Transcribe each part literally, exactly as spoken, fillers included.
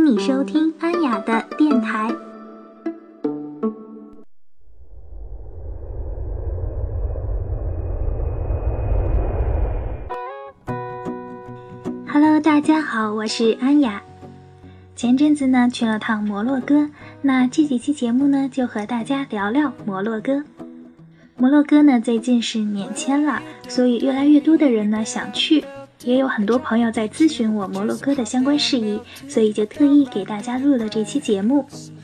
你收听安雅的电台。Hello， 大家好，我是安雅。前阵子呢去了趟摩洛哥，那这几期节目呢就和大家聊聊摩洛哥。摩洛哥呢最近是免签了，所以越来越多的人呢想去，也有很多朋友在咨询我摩洛哥的相关事宜，所以就特意给大家录了这期节目。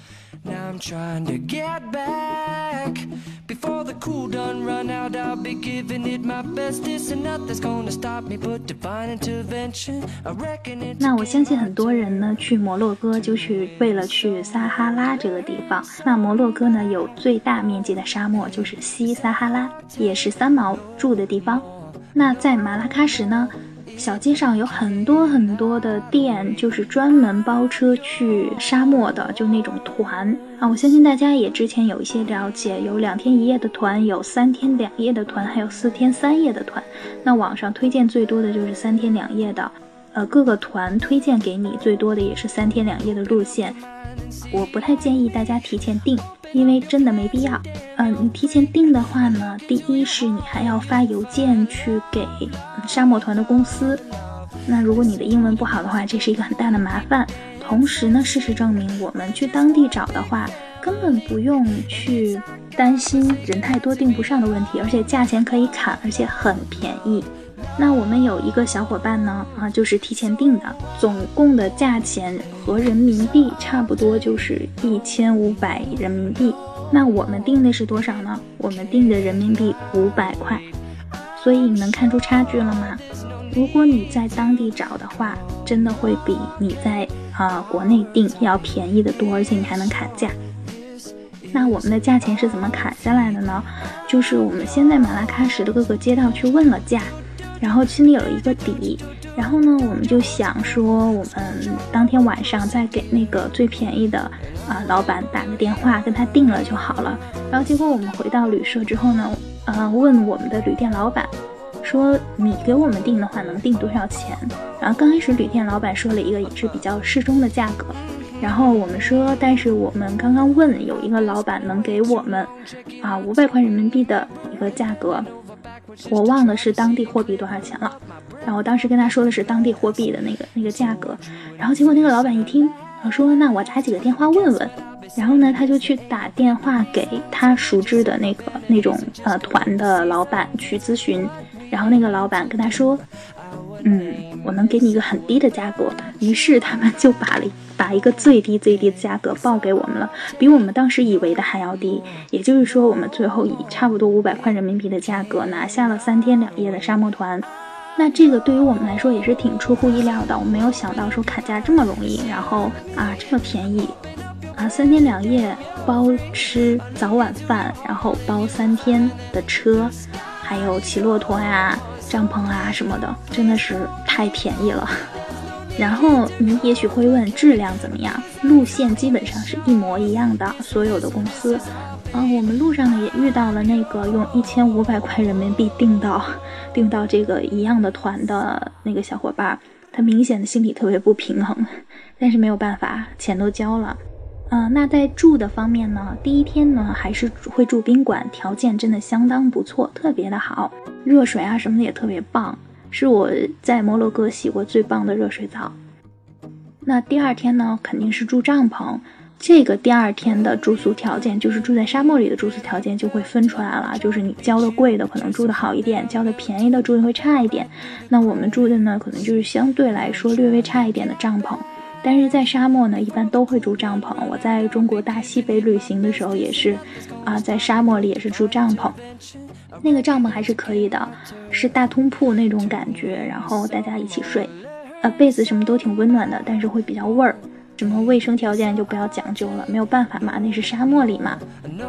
那我相信很多人呢去摩洛哥就是为了去撒哈拉这个地方。那摩洛哥呢有最大面积的沙漠，就是西撒哈拉，也是三毛住的地方。那在马拉喀什呢，小街上有很多很多的店，就是专门包车去沙漠的，就那种团啊。我相信大家也之前有一些了解，有两天一夜的团，有三天两夜的团，还有四天三夜的团。那网上推荐最多的就是三天两夜的，呃，各个团推荐给你最多的也是三天两夜的路线。我不太建议大家提前订，因为真的没必要。嗯、呃，你提前订的话呢，第一是你还要发邮件去给沙漠团的公司，那如果你的英文不好的话，这是一个很大的麻烦。同时呢，事实证明我们去当地找的话，根本不用去担心人太多订不上的问题，而且价钱可以砍，而且很便宜。那我们有一个小伙伴呢，啊，就是提前订的，总共的价钱和人民币差不多就是一千五百人民币。那我们订的是多少呢？我们订的人民币五百块。所以你能看出差距了吗？如果你在当地找的话，真的会比你在啊、呃、国内订要便宜的多，而且你还能砍价。那我们的价钱是怎么砍下来的呢？就是我们先在马拉喀什的各个街道去问了价，然后心里有了一个底，然后呢我们就想说我们当天晚上再给那个最便宜的啊、呃、老板打个电话跟他订了就好了。然后结果我们回到旅社之后呢，呃问我们的旅店老板说你给我们订的话能订多少钱。然后刚开始旅店老板说了一个也是比较适中的价格，然后我们说但是我们刚刚问有一个老板能给我们啊五百块人民币的一个价格，我忘了是当地货币多少钱了，然后我当时跟他说的是当地货币的那个那个价格。然后结果那个老板一听说那我打几个电话问问，然后呢他就去打电话给他熟知的那个那种呃团的老板去咨询，然后那个老板跟他说嗯我能给你一个很低的价格。于是他们就把了把一个最低最低的价格报给我们了，比我们当时以为的还要低。也就是说我们最后以差不多五百块人民币的价格拿下了三天两夜的沙漠团。那这个对于我们来说也是挺出乎意料的，我没有想到说砍价这么容易，然后啊这么便宜啊，三天两夜包吃早晚饭，然后包三天的车，还有骑骆驼呀、帐篷啊什么的，真的是太便宜了。然后你也许会问质量怎么样？路线基本上是一模一样的，所有的公司。嗯，我们路上呢也遇到了那个用一千五百块人民币订到订到这个一样的团的那个小伙伴，他明显的心里特别不平衡，但是没有办法，钱都交了。呃，那在住的方面呢，第一天呢还是会住宾馆，条件真的相当不错，特别的好，热水啊什么的也特别棒，是我在摩洛哥洗过最棒的热水澡。那第二天呢肯定是住帐篷，这个第二天的住宿条件，就是住在沙漠里的住宿条件就会分出来了，就是你交的贵的可能住的好一点，交的便宜的住的会差一点。那我们住的呢可能就是相对来说略微差一点的帐篷，但是在沙漠呢一般都会住帐篷。我在中国大西北旅行的时候也是啊，在沙漠里也是住帐篷，那个帐篷还是可以的，是大通铺那种感觉，然后大家一起睡，呃，被子什么都挺温暖的，但是会比较味儿，什么卫生条件就不要讲究了，没有办法嘛，那是沙漠里嘛。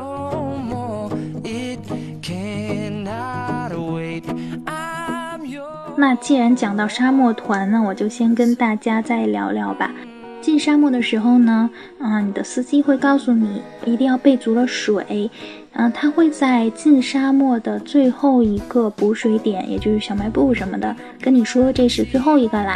那既然讲到沙漠团呢，我就先跟大家再聊聊吧。进沙漠的时候呢，啊、呃，你的司机会告诉你一定要备足了水，嗯、呃，他会在进沙漠的最后一个补水点，也就是小卖部什么的，跟你说这是最后一个啦，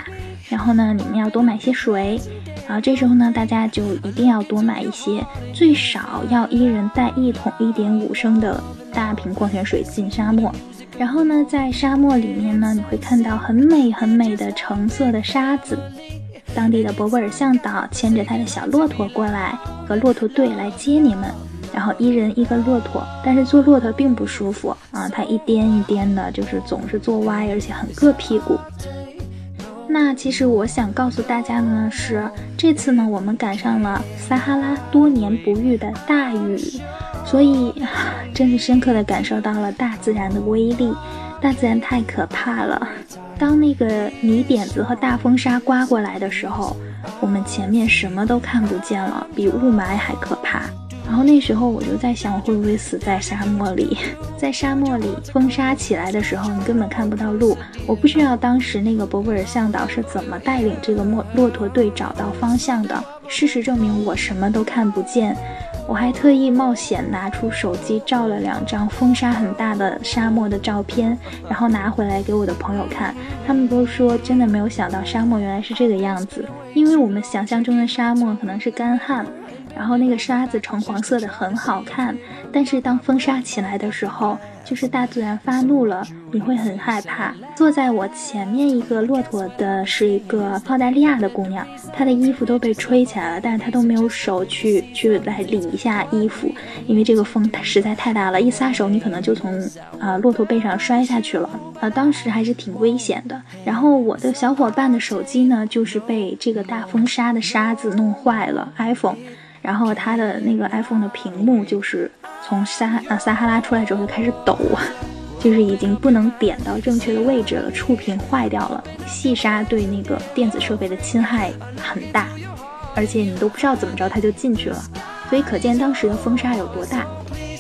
然后呢，你们要多买些水，然后这时候呢，大家就一定要多买一些，最少要一人带一桶一点五升的大瓶矿泉水进沙漠。然后呢，在沙漠里面呢，你会看到很美很美的橙色的沙子。当地的博博尔向导牵着他的小骆驼过来，和骆驼队来接你们，然后一人一个骆驼，但是坐骆驼并不舒服啊，他一颠一颠的，就是总是坐歪，而且很硌屁股。那其实我想告诉大家的呢是，这次呢我们赶上了撒哈拉多年不遇的大雨，所以真是深刻的感受到了大自然的威力，大自然太可怕了。当那个泥点子和大风沙刮过来的时候，我们前面什么都看不见了，比雾霾还可怕。然后那时候我就在想，我会不会死在沙漠里？在沙漠里风沙起来的时候，你根本看不到路。我不知道当时那个博博尔向导是怎么带领这个骆驼队找到方向的。事实证明我什么都看不见。我还特意冒险拿出手机照了两张风沙很大的沙漠的照片，然后拿回来给我的朋友看，他们都说真的没有想到沙漠原来是这个样子。因为我们想象中的沙漠可能是干旱，然后那个沙子橙黄色的很好看，但是当风沙起来的时候，就是大自然发怒了，你会很害怕。坐在我前面一个骆驼的是一个澳大利亚的姑娘，她的衣服都被吹起来了，但是她都没有手去去来理一下衣服，因为这个风实在太大了，一撒手你可能就从啊、呃、骆驼背上摔下去了，呃，当时还是挺危险的。然后我的小伙伴的手机呢，就是被这个大风沙的沙子弄坏了 iPhone。然后他的那个 iPhone 的屏幕就是从撒啊撒哈拉出来之后就开始抖，就是已经不能点到正确的位置了，触屏坏掉了。细沙对那个电子设备的侵害很大，而且你都不知道怎么着它就进去了，所以可见当时的风沙有多大。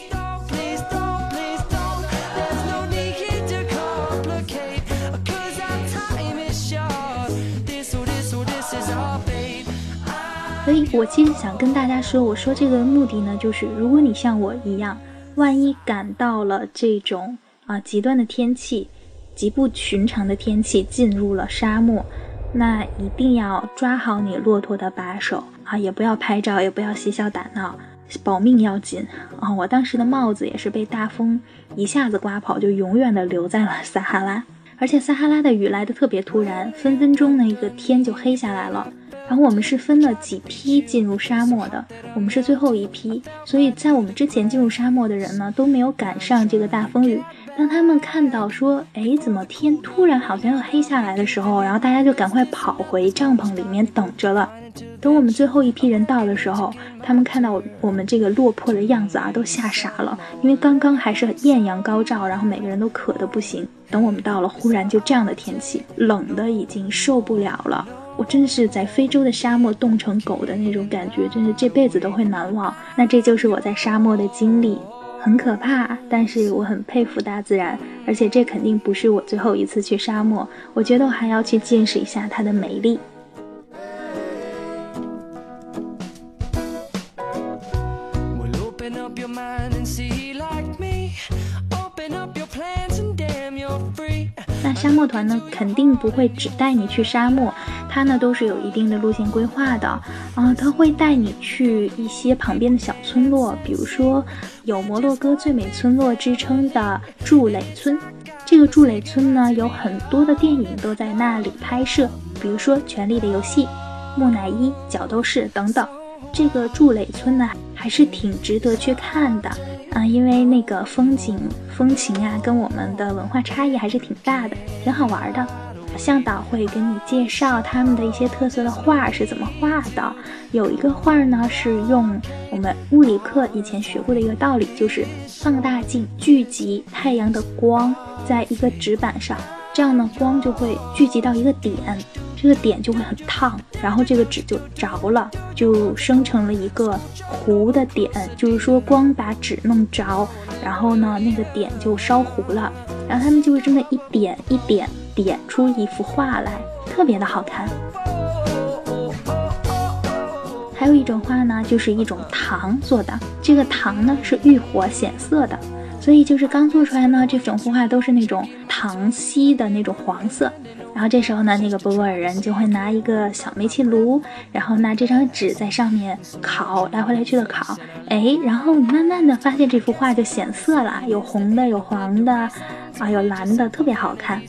所以我其实想跟大家说，我说这个目的呢，就是如果你像我一样，万一赶到了这种啊极端的天气，极不寻常的天气进入了沙漠，那一定要抓好你骆驼的把手啊，也不要拍照，也不要嬉笑打闹，保命要紧啊！我当时的帽子也是被大风一下子刮跑，就永远的留在了撒哈拉。而且撒哈拉的雨来得特别突然，分分钟那个天就黑下来了。然后我们是分了几批进入沙漠的，我们是最后一批，所以在我们之前进入沙漠的人呢，都没有赶上这个大风雨。当他们看到说，哎，怎么天突然好像要黑下来的时候，然后大家就赶快跑回帐篷里面等着了。等我们最后一批人到的时候，他们看到我们这个落魄的样子啊，都吓傻了，因为刚刚还是艳阳高照，然后每个人都渴得不行。等我们到了，忽然就这样的天气，冷的已经受不了了。我真的是在非洲的沙漠冻成狗的那种感觉，真是这辈子都会难忘。那这就是我在沙漠的经历，很可怕，但是我很佩服大自然，而且这肯定不是我最后一次去沙漠，我觉得我还要去见识一下它的美丽。那沙漠团呢，肯定不会只带你去沙漠，它呢都是有一定的路线规划的啊，它会带你去一些旁边的小村落，比如说有摩洛哥最美村落之称的祝垒村。这个祝垒村呢，有很多的电影都在那里拍摄，比如说《权力的游戏》、木乃伊、角斗士等等。这个祝垒村呢，还是挺值得去看的啊，因为那个风景风情啊，跟我们的文化差异还是挺大的，挺好玩的。向导会给你介绍他们的一些特色的画是怎么画的。有一个画呢，是用我们物理课以前学过的一个道理，就是放大镜聚集太阳的光在一个纸板上，这样呢光就会聚集到一个点，这个点就会很烫，然后这个纸就着了，就生成了一个糊的点，就是说光把纸弄着，然后呢那个点就烧糊了，然后他们就会这么一点一点点出一幅画来，特别的好看。还有一种画呢，就是一种糖做的，这个糖呢是浴火显色的，所以就是刚做出来呢，这种幅画都是那种糖稀的那种黄色。然后这时候呢，那个博格尔人就会拿一个小煤气炉，然后拿这张纸在上面烤，来回来去的烤，哎，然后你慢慢的发现这幅画就显色了，有红的，有黄的，啊，有蓝的，特别好看。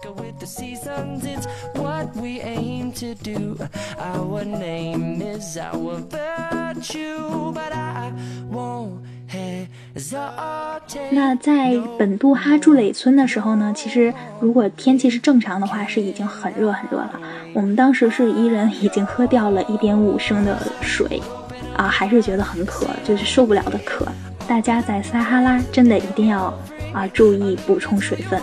那在本杜哈筑垒村的时候呢，其实如果天气是正常的话，是已经很热很热了。我们当时是一人已经喝掉了一点五升的水，啊，还是觉得很渴，就是受不了的渴。大家在撒哈拉真的一定要啊注意补充水分。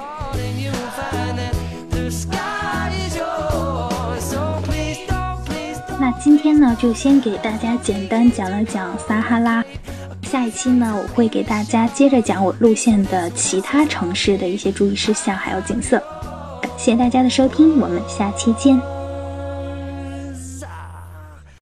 那今天呢，就先给大家简单讲了讲撒哈拉。下一期呢，我会给大家接着讲我路线的其他城市的一些注意事项还有景色。感谢大家的收听，我们下期见。